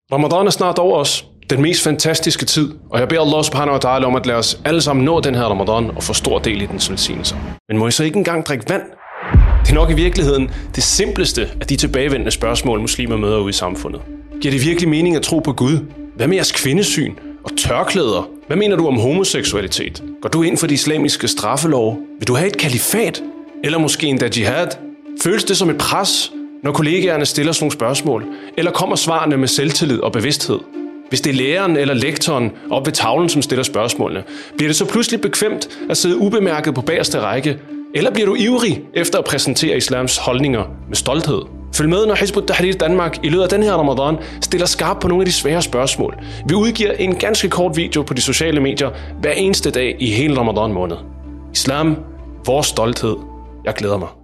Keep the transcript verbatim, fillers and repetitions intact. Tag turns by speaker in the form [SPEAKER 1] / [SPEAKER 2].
[SPEAKER 1] Ramadan er snart over os. Den mest fantastiske tid, og jeg beder Allah subhanahu wa ta'ala om at lade os alle sammen nå den her Ramadan og få stor del i dens velsignelser. Men må I så ikke engang drikke vand? Det er nok i virkeligheden det simpleste af de tilbagevendende spørgsmål, muslimer møder ude i samfundet. Giver det virkelig mening at tro på Gud? Hvad med jeres kvindesyn og tørklæder? Hvad mener du om homoseksualitet? Går du ind for de islamiske straffelove? Vil du have et kalifat? Eller måske endda jihad? Føles det som et pres, når kollegaerne stiller sådan nogle spørgsmål? Eller kommer svarene med selvtillid og bevidsthed? Hvis det er læreren eller lektoren op ved tavlen, som stiller spørgsmålene, bliver det så pludselig bekvemt at sidde ubemærket på bagerste række? Eller bliver du ivrig efter at præsentere islams holdninger med stolthed? Følg med, når Hizb ut-Tahrir Danmark i løbet af den her Ramadan stiller skarpt på nogle af de svære spørgsmål. Vi udgiver en ganske kort video på de sociale medier hver eneste dag i hele Ramadan måned. Islam, vores stolthed. Jeg glæder mig.